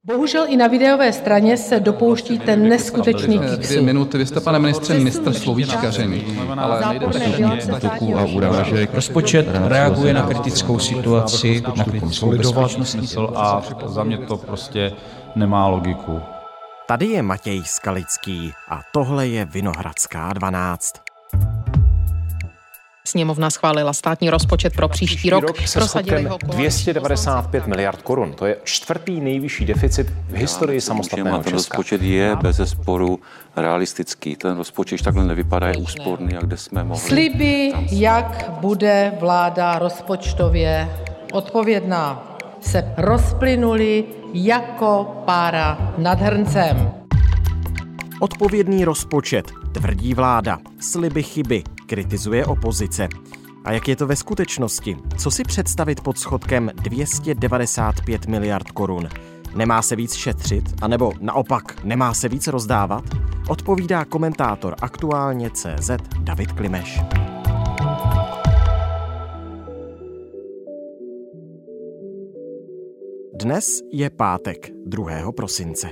Bohužel i na videové straně se dopouští ten neskutečný kiksů. 2 minuty, vy jste, pane ministře, mistr slovíčkaření, ale nejde toků a urážek. Rozpočet reaguje na kritickou situaci, na kritickou bezpečnostní a za mě to prostě nemá logiku. Tady je Matěj Skalický a tohle je Vinohradská 12. Sněmovna schválila státní rozpočet pro příští rok. Se schodkem 295 miliard korun. To je 4. nejvyšší deficit v historii samostatného Česka. Ten rozpočet je bezesporu realistický. Ten rozpočet takhle nevypadá, je úsporný, a kde jsme mohli. Sliby, jak bude vláda rozpočtově odpovědná, se rozplynuly jako pára nad hrncem. Odpovědný rozpočet, tvrdí vláda, sliby chyby, kritizuje opozice. A jak je to ve skutečnosti? Co si představit pod schodkem 295 miliard korun? Nemá se víc šetřit? A nebo naopak, nemá se víc rozdávat? Odpovídá komentátor Aktuálně.cz David Klimeš. Dnes je pátek, 2. prosince.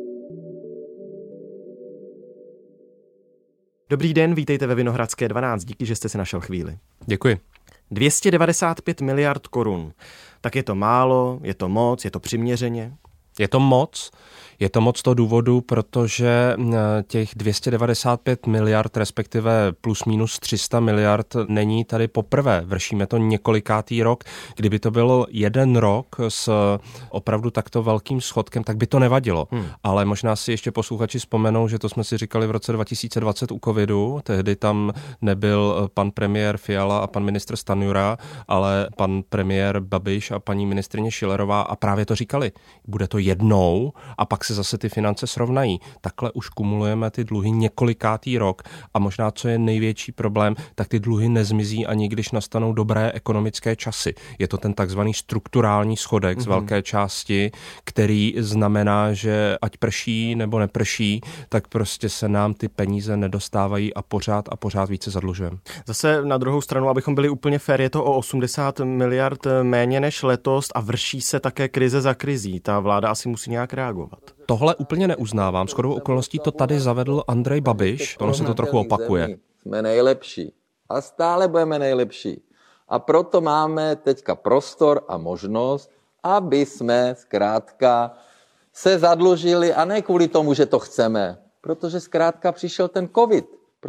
Dobrý den, vítejte ve Vinohradské 12, díky, že jste si našel chvíli. Děkuji. 295 miliard korun. Tak je to málo, je to moc, je to přiměřeně? Je to moc. Je to moc toho důvodu, protože těch 295 miliard, respektive plus minus 300 miliard není tady poprvé. Vršíme to několikátý rok. Kdyby to byl jeden rok s opravdu takto velkým schodkem, tak by to nevadilo. Ale možná si ještě posluchači vzpomenou, že to jsme si říkali v roce 2020 u covidu. Tehdy tam nebyl pan premiér Fiala a pan ministr Stanjura, ale pan premiér Babiš a paní ministryně Schillerová a právě to říkali. Bude to jednou a pak se zase ty finance srovnají. Takhle už kumulujeme ty dluhy několikátý rok a možná, co je největší problém, tak ty dluhy nezmizí ani když nastanou dobré ekonomické časy. Je to ten takzvaný strukturální schodek z velké části, který znamená, že ať prší nebo neprší, tak prostě se nám ty peníze nedostávají a pořád více zadlužujeme. Zase na druhou stranu, abychom byli úplně fair, je to o 80 miliard méně než letos a vrší se také krize za krizí. Ta vláda asi musí nějak reagovat. Tohle úplně neuznávám. Shodou okolností to tady zavedl Andrej Babiš. Ono se to trochu opakuje. Jsme nejlepší a stále budeme nejlepší. A proto máme teďka prostor a možnost, aby jsme zkrátka se zadlužili a ne kvůli tomu, že to chceme, protože zkrátka přišel ten covid.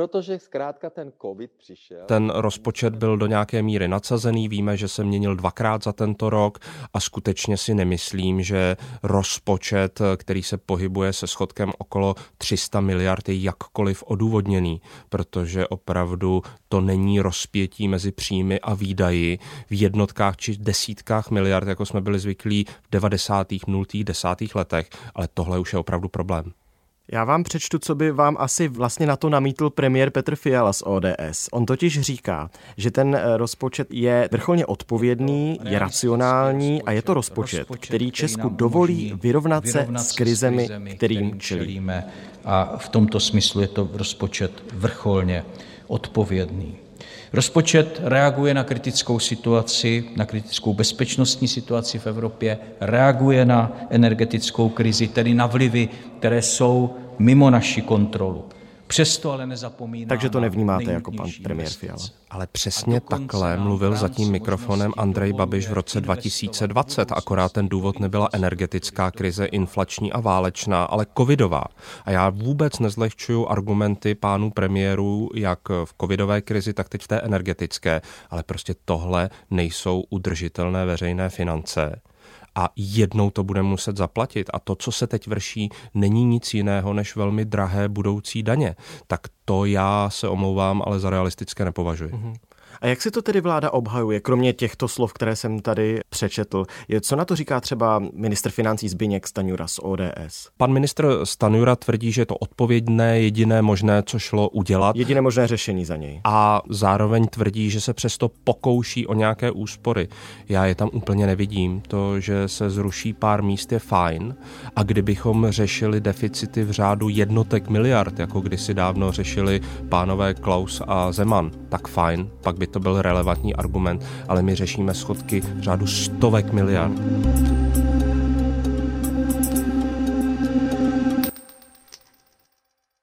Ten rozpočet byl do nějaké míry nadsazený, víme, že se měnil 2krát za tento rok a skutečně si nemyslím, že rozpočet, který se pohybuje se schodkem okolo 300 miliard, je jakkoliv odůvodněný, protože opravdu to není rozpětí mezi příjmy a výdaji v jednotkách či desítkách miliard, jako jsme byli zvyklí v 90., 0., 10. letech, ale tohle už je opravdu problém. Já vám přečtu, co by vám asi vlastně na to namítl premiér Petr Fiala z ODS. On totiž říká, že ten rozpočet je vrcholně odpovědný, je racionální a je to rozpočet, který Česku dovolí vyrovnat se s krizemi, kterým čelíme. A v tomto smyslu je to rozpočet vrcholně odpovědný. Rozpočet reaguje na kritickou situaci, na kritickou bezpečnostní situaci v Evropě, reaguje na energetickou krizi, tedy na vlivy, které jsou mimo naši kontrolu. Přesto ale nezapomíná. Takže to nevnímáte jako pan premiér Fiala. Ale přesně takhle mluvil za tím mikrofonem Andrej Babiš v roce 2020, akorát ten důvod nebyla energetická krize, inflační a válečná, ale covidová. A já vůbec nezlehčuju argumenty pánů premiérů, jak v covidové krizi, tak teď v té energetické, ale prostě tohle nejsou udržitelné veřejné finance. A jednou to budeme muset zaplatit. A to, co se teď vrší, není nic jiného než velmi drahé budoucí daně. Tak to já se omlouvám, ale za realistické nepovažuji. A jak si to tedy vláda obhajuje, kromě těchto slov, které jsem tady přečetl? Co na to říká třeba ministr financí Zbyněk Stanjura z ODS? Pan ministr Stanjura tvrdí, že je to odpovědné, jediné možné, co šlo udělat. Jediné možné řešení za něj. A zároveň tvrdí, že se přesto pokouší o nějaké úspory. Já je tam úplně nevidím. To, že se zruší pár míst, je fajn. A kdybychom řešili deficity v řádu jednotek miliard, jako kdysi dávno řešili pánové Klaus a Zeman, tak fajn, pak by to byl relevantní argument, ale my řešíme schodky v řádu stovek miliard.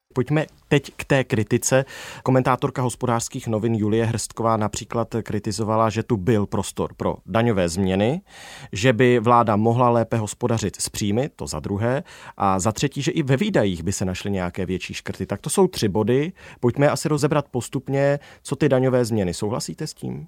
Pojďme teď k té kritice. Komentátorka Hospodářských novin Julie Hrstková například kritizovala, že tu byl prostor pro daňové změny, že by vláda mohla lépe hospodařit s příjmy, to za druhé, a za třetí, že i ve výdajích by se našly nějaké větší škrty. Tak to jsou 3 body. Pojďme asi rozebrat postupně, co ty daňové změny. Souhlasíte s tím?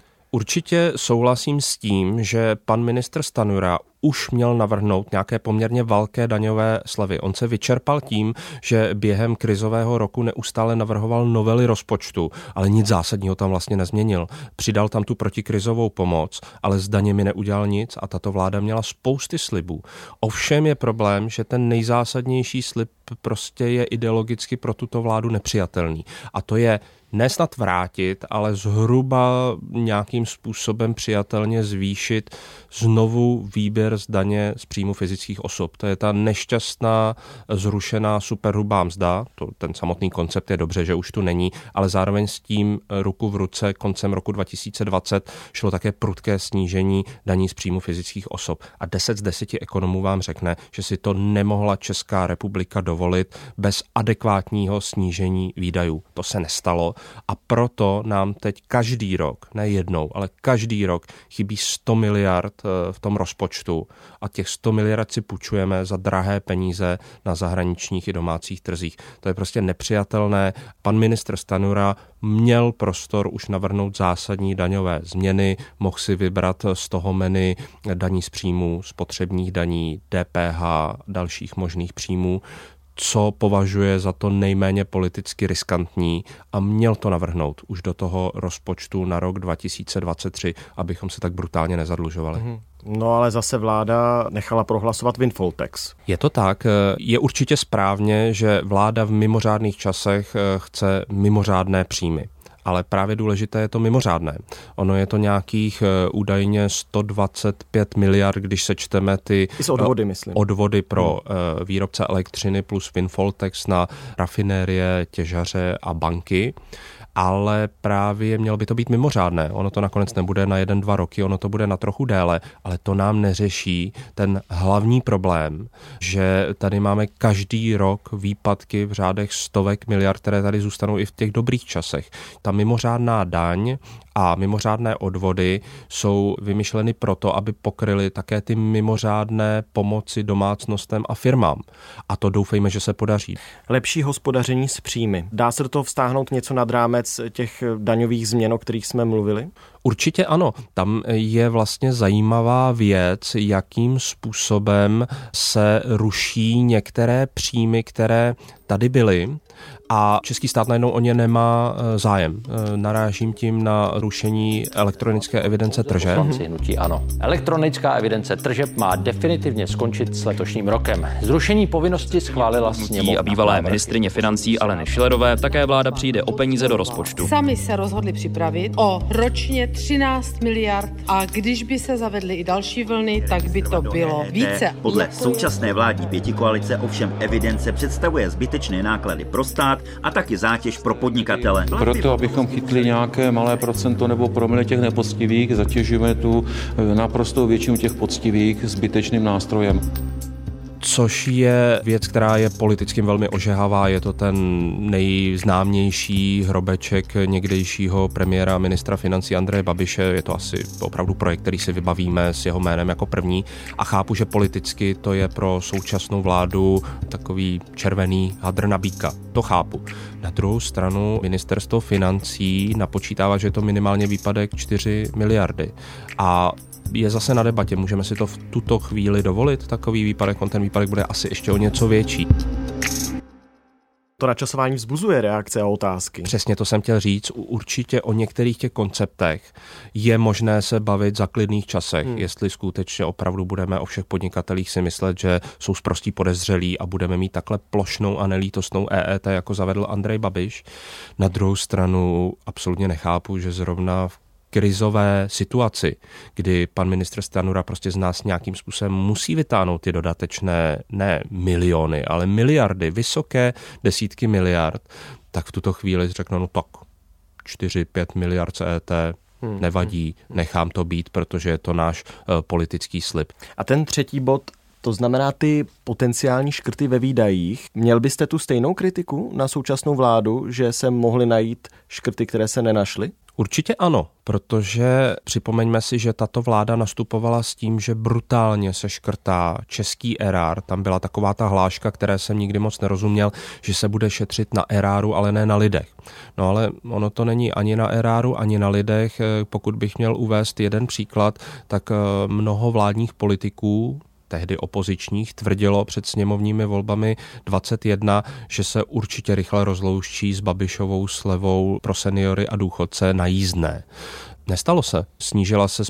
Určitě souhlasím s tím, že pan ministr Stanjura už měl navrhnout nějaké poměrně velké daňové slevy. On se vyčerpal tím, že během krizového roku neustále navrhoval novely rozpočtu, ale nic zásadního tam vlastně nezměnil. Přidal tam tu protikrizovou pomoc, ale s daněmi neudělal nic a tato vláda měla spousty slibů. Ovšem je problém, že ten nejzásadnější slib prostě je ideologicky pro tuto vládu nepřijatelný. A to je nesnad vrátit, ale zhruba nějakým způsobem přijatelně zvýšit znovu výběr z daně z příjmu fyzických osob. To je ta nešťastná zrušená superhrubá mzda. Ten samotný koncept je dobře, že už tu není, ale zároveň s tím ruku v ruce koncem roku 2020 šlo také prudké snížení daní z příjmu fyzických osob. A 10 z 10 ekonomů vám řekne, že si to nemohla Česká republika dovolit bez adekvátního snížení výdajů. To se nestalo. A proto nám teď každý rok, ne jednou, ale každý rok chybí 100 miliard v tom rozpočtu a těch 100 miliard si půjčujeme za drahé peníze na zahraničních i domácích trzích. To je prostě nepřijatelné. Pan ministr Stanjura měl prostor už navrhnout zásadní daňové změny, mohl si vybrat z toho menu daní z příjmů, spotřebních daní, DPH, dalších možných příjmů, co považuje za to nejméně politicky riskantní a měl to navrhnout už do toho rozpočtu na rok 2023, abychom se tak brutálně nezadlužovali. No ale zase vláda nechala prohlasovat windfall tax. Je to tak. Je určitě správně, že vláda v mimořádných časech chce mimořádné příjmy. Ale právě důležité je to mimořádné. Ono je to nějakých údajně 125 miliard, když sečteme ty odvody, myslím. Odvody pro výrobce elektřiny plus windfall tax na rafinérie, těžaře a banky. Ale právě mělo by to být mimořádné. Ono to nakonec nebude na 1-2 roky, ono to bude na trochu déle, ale to nám neřeší ten hlavní problém, že tady máme každý rok výpadky v řádech stovek miliard, které tady zůstanou i v těch dobrých časech. Ta mimořádná daň a mimořádné odvody jsou vymyšleny proto, aby pokryly také ty mimořádné pomoci domácnostem a firmám. A to doufejme, že se podaří. Lepší hospodaření s příjmy. Dá se do toho vztáhnout něco nad rámec těch daňových změn, o kterých jsme mluvili? Určitě ano. Tam je vlastně zajímavá věc, jakým způsobem se ruší některé příjmy, které tady byly a český stát najednou o ně nemá zájem. Narážím tím na rušení elektronické evidence tržeb. Ano. Elektronická evidence tržeb má definitivně skončit s letošním rokem. Zrušení povinnosti schválila sněmovna. A bývalé ministryně financí Aleny Schillerové také vláda přijde o peníze do rozpočtu. Sami se rozhodli připravit o ročně 13 miliard a když by se zavedly i další vlny, tak by to bylo více. Podle současné vládní pětikoalice ovšem evidence představuje zbytečné náklady pro stát a taky zátěž pro podnikatele. Proto, abychom chytli nějaké malé procento nebo promile těch nepoctivých, zatěžujeme tu naprostou většinu těch poctivých zbytečným nástrojem. Což je věc, která je politicky velmi ožehavá. Je to ten nejznámější hrobeček někdejšího premiéra ministra financí Andreje Babiše. Je to asi opravdu projekt, který si vybavíme s jeho jménem jako první. A chápu, že politicky to je pro současnou vládu takový červený hadr na býka. To chápu. Na druhou stranu ministerstvo financí napočítává, že je to minimálně výpadek 4 miliardy. A je zase na debatě, můžeme si to v tuto chvíli dovolit, takový výpadek, ten výpadek bude asi ještě o něco větší. To načasování vzbuzuje reakce a otázky. Přesně to jsem chtěl říct. Určitě o některých těch konceptech je možné se bavit za klidných časech, jestli skutečně opravdu budeme o všech podnikatelích si myslet, že jsou sprostí podezřelí a budeme mít takhle plošnou a nelítostnou EET, jako zavedl Andrej Babiš. Na druhou stranu absolutně nechápu, že zrovna v krizové situaci, kdy pan ministr Stanjura prostě z nás nějakým způsobem musí vytáhnout ty dodatečné, ne miliony, ale miliardy, vysoké desítky miliard, tak v tuto chvíli řeknu, no tak 4-5 miliard CET nevadí, nechám to být, protože je to náš politický slib. A ten třetí bod, To znamená ty potenciální škrty ve výdajích. Měl byste tu stejnou kritiku na současnou vládu, že se mohly najít škrty, které se nenašly? Určitě ano, protože připomeňme si, že tato vláda nastupovala s tím, že brutálně se škrtá český erar. Tam byla taková ta hláška, které jsem nikdy moc nerozuměl, že se bude šetřit na eráru, ale ne na lidech. No ale ono to není ani na eráru, ani na lidech. Pokud bych měl uvést jeden příklad, tak mnoho vládních politiků, tehdy opozičních, tvrdilo před sněmovními volbami 21, že se určitě rychle rozloučí s Babišovou slevou pro seniory a důchodce na jízdné. Nestalo se. Snížila se z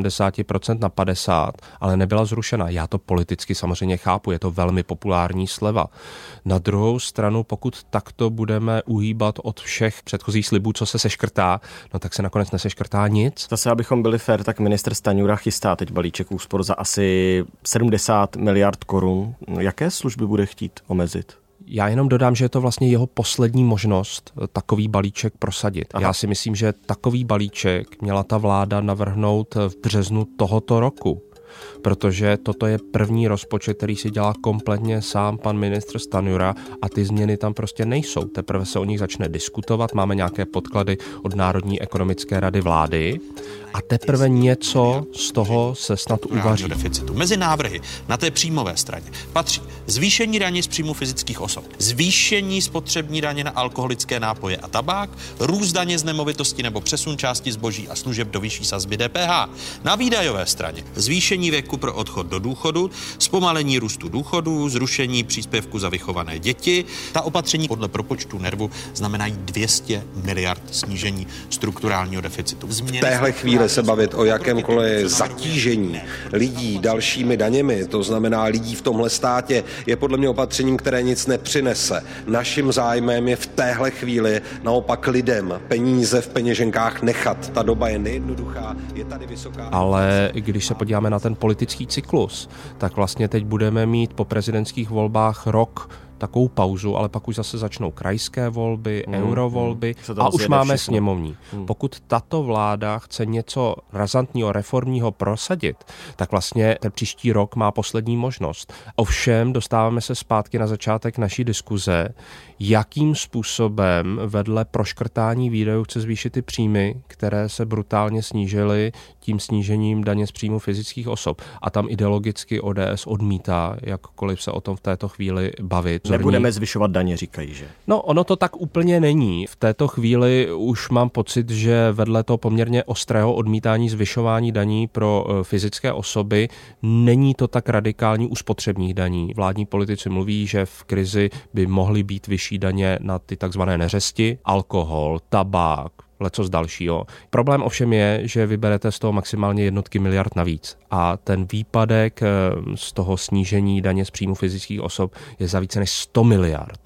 75% na 50%, ale nebyla zrušena. Já to politicky samozřejmě chápu, je to velmi populární sleva. Na druhou stranu, pokud takto budeme uhýbat od všech předchozích slibů, co se seškrtá, no tak se nakonec neseškrtá nic. Zase, abychom byli fér, tak ministr Stanjura chystá teď balíček úspor za asi 70 miliard korun. Jaké služby bude chtít omezit? Já jenom dodám, že je to vlastně jeho poslední možnost takový balíček prosadit. Aha. Já si myslím, že takový balíček měla ta vláda navrhnout v březnu tohoto roku, protože toto je první rozpočet, který si dělá kompletně sám pan ministr Stanjura a ty změny tam prostě nejsou. Teprve se o nich začne diskutovat, máme nějaké podklady od Národní ekonomické rady vlády a teprve něco z toho se snad uvaří. Deficitu. Mezi návrhy na té příjmové straně patří zvýšení daně z příjmu fyzických osob, zvýšení spotřební daně na alkoholické nápoje a tabák, růst daně z nemovitosti nebo přesun části zboží a služeb do vyšší sazby DPH. Na výdajové straně zvýšení věku pro odchod do důchodu, zpomalení růstu důchodů, zrušení příspěvku za vychované děti. Ta opatření podle propočtu NERVu znamenají 200 miliard snížení strukturálního deficitu. V téhle chvíli se bavit o jakémkoliv zatížení lidí dalšími daněmi, to znamená lidí v tomhle státě, je podle mě opatřením, které nic nepřinese. Naším zájmem je v téhle chvíli naopak lidem peníze v peněženkách nechat. Ta doba je nejednoduchá, je tady vysoká... Ale když se podíváme na ten politický cyklus, tak vlastně teď budeme mít po prezidentských volbách rok takovou pauzu, ale pak už zase začnou krajské volby, eurovolby a už máme sněmovní. Pokud tato vláda chce něco razantního, reformního prosadit, tak vlastně ten příští rok má poslední možnost. Ovšem dostáváme se zpátky na začátek naší diskuze, jakým způsobem vedle proškrtání výdajů chce zvýšit ty příjmy, které se brutálně snížily tím snížením daně z příjmu fyzických osob. A tam ideologicky ODS odmítá, jakkoliv se o tom v této chvíli bavit. Nebudeme zvyšovat daně, říkají, že? No, ono to tak úplně není. V této chvíli už mám pocit, že vedle toho poměrně ostrého odmítání zvyšování daní pro fyzické osoby není to tak radikální u spotřebních daní. Vládní politici mluví, že v krizi by mohly být vyšší daně na ty takzvané neřesti, alkohol, tabák, lecos dalšího. Problém ovšem je, že vyberete z toho maximálně jednotky miliard navíc a ten výpadek z toho snížení daně z příjmu fyzických osob je za více než 100 miliard.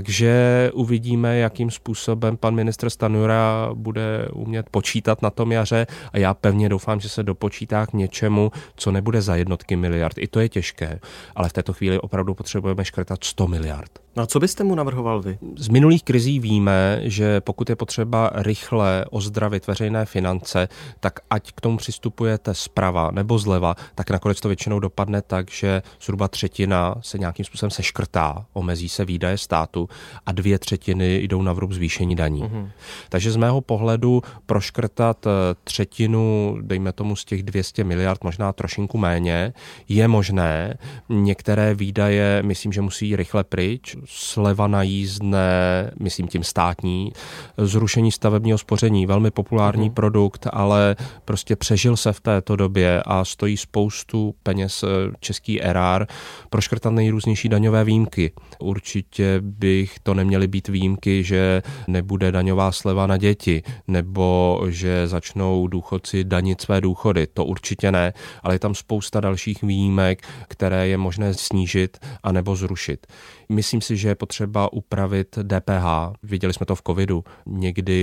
Takže uvidíme, jakým způsobem pan ministr Stanjura bude umět počítat na tom jaře a já pevně doufám, že se dopočítá k něčemu, co nebude za jednotky miliard. I to je těžké, ale v této chvíli opravdu potřebujeme škrtat 100 miliard. No a co byste mu navrhoval vy? Z minulých krizí víme, že pokud je potřeba rychle ozdravit veřejné finance, tak ať k tomu přistupujete zprava nebo zleva, tak nakonec to většinou dopadne tak, že zhruba třetina se nějakým způsobem seškrtá, omezí se výdaje státu a 2/3 jdou na vrub zvýšení daní. Takže z mého pohledu proškrtat třetinu, dejme tomu z těch 200 miliard, možná trošinku méně, je možné. Některé výdaje, myslím, že musí rychle pryč. Sleva na jízdné, myslím tím státní, zrušení stavebního spoření, velmi populární produkt, ale prostě přežil se v této době a stojí spoustu peněz český erár, proškrtat nejrůznější daňové výjimky. Určitě bych to neměly být výjimky, že nebude daňová sleva na děti, nebo že začnou důchodci danit své důchody. To určitě ne, ale je tam spousta dalších výjimek, které je možné snížit anebo zrušit. Myslím si, že je potřeba upravit DPH. Viděli jsme to v covidu. Někdy máte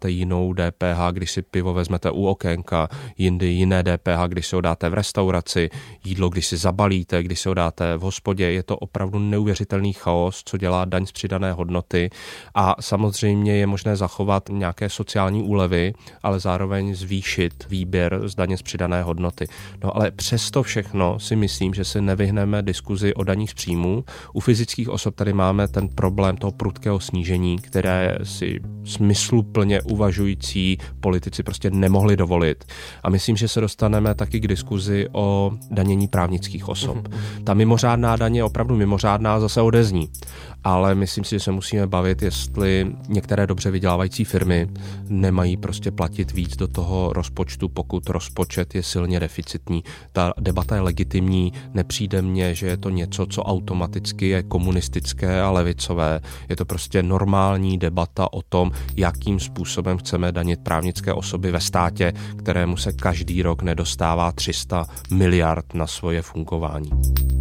máte jinou DPH, když si pivo vezmete u okénka, jindy jiné DPH, když si ho dáte v restauraci, jídlo, když si zabalíte, když si ho dáte v hospodě. Je to opravdu neuvěřitelný chaos, co dělá daň z přidané hodnoty a samozřejmě je možné zachovat nějaké sociální úlevy, ale zároveň zvýšit výběr z daně z přidané hodnoty. No ale přesto všechno si myslím, že se nevyhneme diskuzi o daních z příjmů. U fyzických osob tady máme ten problém toho prudkého snížení, které si smysluplně uvažující politici prostě nemohli dovolit. A myslím, že se dostaneme taky k diskuzi o danění právnických osob. Ta mimořádná daň je opravdu mimořádná, zase odezní. Ale myslím si, že se musíme bavit, jestli některé dobře vydělávající firmy nemají prostě platit víc do toho rozpočtu, pokud rozpočet je silně deficitní. Ta debata je legitimní, nepřijde mně, že je to něco, co automaticky je komunistické a levicové. Je to prostě normální debata o tom, jakým způsobem chceme danit právnické osoby ve státě, kterému se každý rok nedostává 300 miliard na svoje fungování.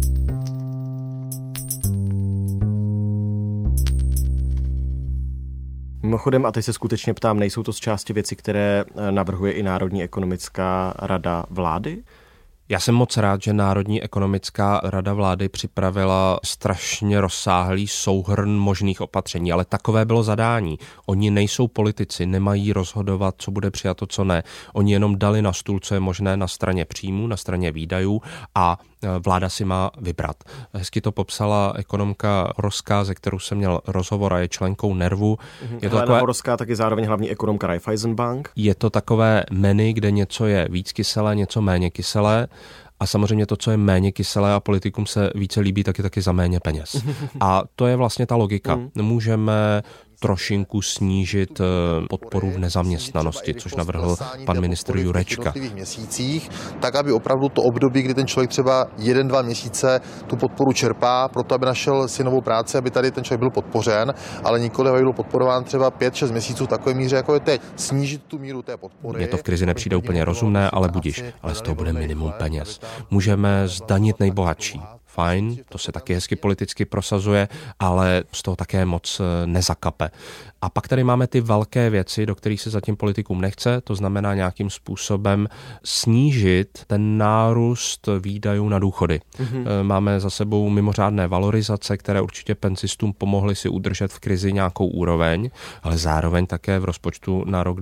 Mimochodem, a teď se skutečně ptám, nejsou to z části věci, které navrhuje i Národní ekonomická rada vlády? Já jsem moc rád, že Národní ekonomická rada vlády připravila strašně rozsáhlý souhrn možných opatření, ale takové bylo zadání. Oni nejsou politici, nemají rozhodovat, co bude přijato, co ne. Oni jenom dali na stůl, co je možné na straně příjmů, na straně výdajů a vláda si má vybrat. Hezky to popsala ekonomka Horská, ze kterou jsem měl rozhovor a je členkou NERVu. Je to takové... Horská taky zároveň hlavní ekonomka Raiffeisenbank. Je to takové menu, kde něco je víc kyselé, něco méně kyselé. A samozřejmě to, co je méně kyselé a politikům se více líbí, tak je taky za méně peněz. A to je vlastně ta logika. Můžeme trošinku snížit podporu v nezaměstnanosti, což navrhl pan ministr Jurečka. Měsících, tak aby opravdu to období, kdy ten člověk třeba 1-2 měsíce tu podporu čerpá, proto aby našel si novou práci, aby tady ten člověk byl podpořen, ale nikoli aby byl podporován třeba 5-6 měsíců v takové míře, jako je teď. Snížit tu míru té podpory. Mně to v krizi nepřijde úplně rozumné, ale budiš. Ale z toho bude minimum peněz. Můžeme zdanit nejbohatší. Fajn, to se taky hezky politicky prosazuje, ale z toho také moc nezakape. A pak tady máme ty velké věci, do kterých se zatím politikům nechce, to znamená nějakým způsobem snížit ten nárůst výdajů na důchody. Máme za sebou mimořádné valorizace, které určitě penzistům pomohly si udržet v krizi nějakou úroveň, ale zároveň také v rozpočtu na rok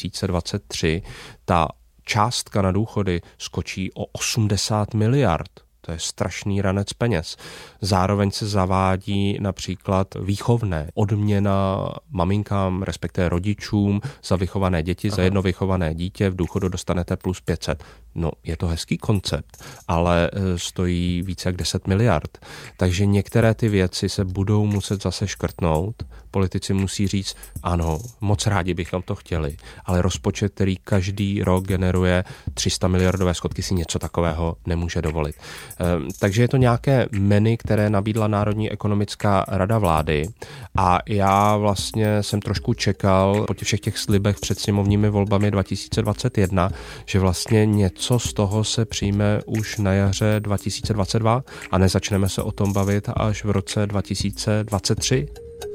2023 ta částka na důchody skočí o 80 miliard. To je strašný ranec peněz. Zároveň se zavádí například výchovné, odměna maminkám, respektive rodičům za vychované děti, za jedno vychované dítě v důchodu dostanete plus 500. No, je to hezký koncept, ale stojí více jak 10 miliard. Takže některé ty věci se budou muset zase škrtnout. Politici musí říct, ano, moc rádi bychom to chtěli, ale rozpočet, který každý rok generuje 300 miliardové schodky, si něco takového nemůže dovolit. Takže je to nějaké menu, které nabídla Národní ekonomická rada vlády a já vlastně jsem trošku čekal po všech těch slibech před sněmovními volbami 2021, že vlastně něco z toho se přijme už na jaře 2022 a nezačneme se o tom bavit až v roce 2023.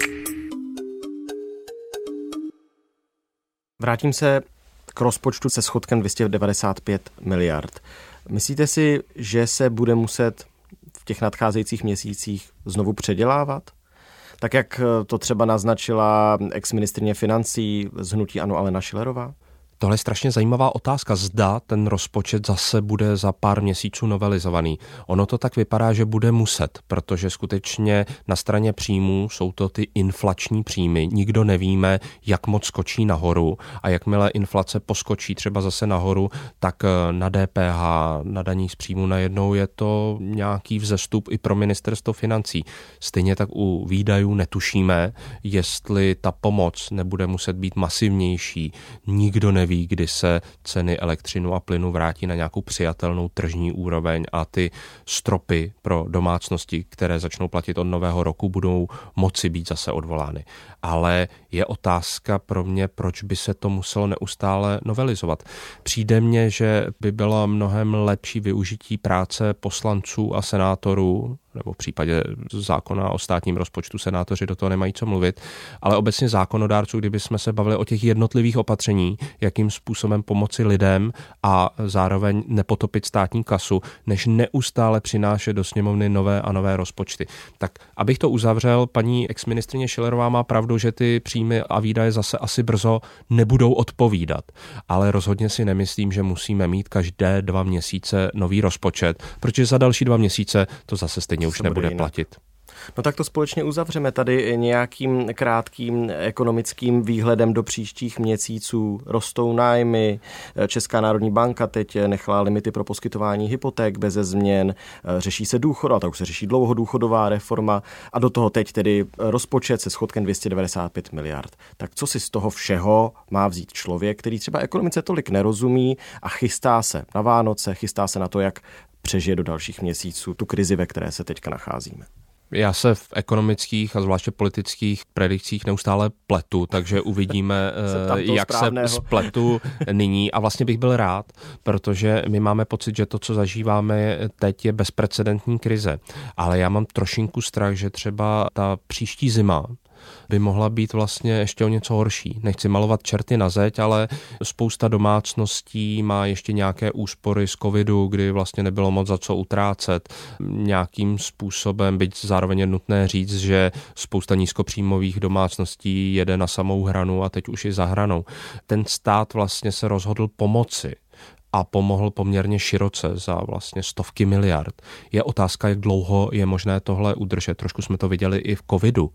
Vrátím se k rozpočtu se schodkem 295 miliard. Myslíte si, že se bude muset v těch nadcházejících měsících znovu předělávat? Tak jak to třeba naznačila exministryně financí z hnutí ANO Alena Schillerová? Tohle je strašně zajímavá otázka. Zda ten rozpočet zase bude za pár měsíců novelizovaný. Ono to tak vypadá, že bude muset, protože skutečně na straně příjmů jsou to ty inflační příjmy. Nikdo nevíme, jak moc skočí nahoru a jakmile inflace poskočí třeba zase nahoru, tak na DPH, na daních z příjmů najednou je to nějaký vzestup i pro ministerstvo financí. Stejně tak u výdajů netušíme, jestli ta pomoc nebude muset být masivnější. Nikdo neví, kdy se ceny elektřinu a plynu vrátí na nějakou přijatelnou tržní úroveň a ty stropy pro domácnosti, které začnou platit od nového roku, budou moci být zase odvolány. Ale je otázka pro mě, proč by se to muselo neustále novelizovat. Přijde mně, že by bylo mnohem lepší využití práce poslanců a senátorů nebo v případě zákona o státním rozpočtu senátoři do toho nemají co mluvit, ale obecně zákonodárců, kdyby jsme se bavili o těch jednotlivých opatření, jakým způsobem pomoci lidem a zároveň nepotopit státní kasu, než neustále přinášet do sněmovny nové a nové rozpočty. Tak abych to uzavřel, paní exministryně Schillerová má pravdu, že ty příjmy a výdaje zase asi brzo nebudou odpovídat, ale rozhodně si nemyslím, že musíme mít každé 2 měsíce nový rozpočet, protože za další 2 měsíce to zase stejně už nebude platit. No tak to společně uzavřeme tady nějakým krátkým ekonomickým výhledem do příštích měsíců. Rostou nájmy, Česká národní banka teď nechala limity pro poskytování hypoték beze změn, řeší se důchod, a tak už se řeší dlouhodůchodová reforma a do toho teď tedy rozpočet se schodkem 295 miliard. Tak co si z toho všeho má vzít člověk, který třeba ekonomice tolik nerozumí a chystá se na Vánoce, chystá se na to, jak přežije do dalších měsíců tu krizi, ve které se teďka nacházíme? Já se v ekonomických a zvláště politických predikcích neustále pletu, takže uvidíme, jak se spletu nyní. A vlastně bych byl rád, protože my máme pocit, že to, co zažíváme teď, je bezprecedentní krize. Ale já mám trošinku strach, že třeba ta příští zima by mohla být vlastně ještě o něco horší. Nechci malovat čerty na zeď, ale spousta domácností má ještě nějaké úspory z covidu, kdy vlastně nebylo moc za co utrácet. Nějakým způsobem, byť zároveň je nutné říct, že spousta nízkopříjmových domácností jede na samou hranu a teď už i za hranou. Ten stát vlastně se rozhodl pomoci a pomohl poměrně široce za vlastně stovky miliard. Je otázka, jak dlouho je možné tohle udržet. Trošku jsme to viděli i v covidu.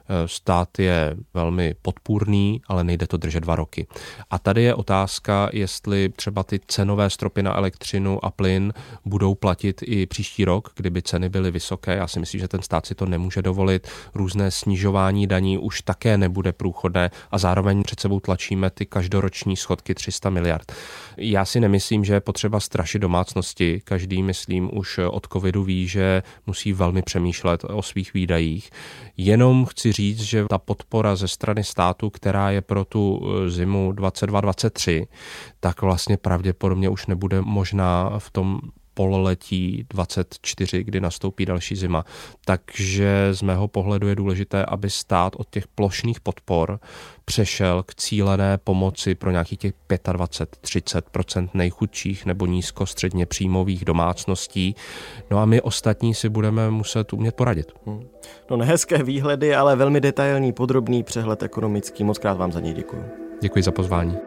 Stát je velmi podpůrný, ale nejde to držet 2 roky. A tady je otázka, jestli třeba ty cenové stropy na elektřinu a plyn budou platit i příští rok, kdyby ceny byly vysoké. Já si myslím, že ten stát si to nemůže dovolit. Různé snižování daní už také nebude průchodné a zároveň před sebou tlačíme ty každoroční schodky 300 miliard. Já si nemyslím, že je potřeba strašit domácnosti. Každý, myslím, už od covidu ví, že musí velmi přemýšlet o svých výdajích. Jenom chci říct, že ta podpora ze strany státu, která je pro tu zimu 22-23, tak vlastně pravděpodobně už nebude možná v tom pololetí 24, kdy nastoupí další zima. Takže z mého pohledu je důležité, aby stát od těch plošných podpor přešel k cílené pomoci pro nějakých těch 25-30% nejchudších nebo nízkostředně příjmových domácností. No a my ostatní si budeme muset umět poradit. No nehezké výhledy, ale velmi detailní, podrobný přehled ekonomický. Moc krát vám za něj děkuji. Děkuji za pozvání.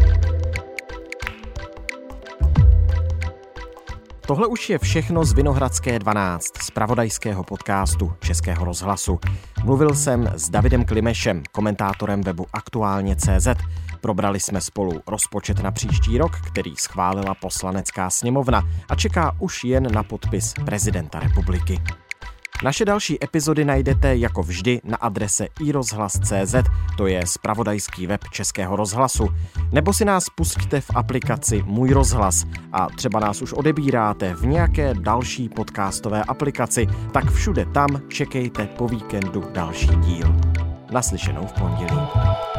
Tohle už je všechno z Vinohradské 12, zpravodajského podcastu Českého rozhlasu. Mluvil jsem s Davidem Klimešem, komentátorem webu Aktuálně.cz. Probrali jsme spolu rozpočet na příští rok, který schválila Poslanecká sněmovna a čeká už jen na podpis prezidenta republiky. Naše další epizody najdete jako vždy na adrese iRozhlas.cz, to je zpravodajský web Českého rozhlasu, nebo si nás pusťte v aplikaci Můj rozhlas a třeba nás už odebíráte v nějaké další podcastové aplikaci, tak všude tam čekejte po víkendu další díl. Naslyšenou v pondělí.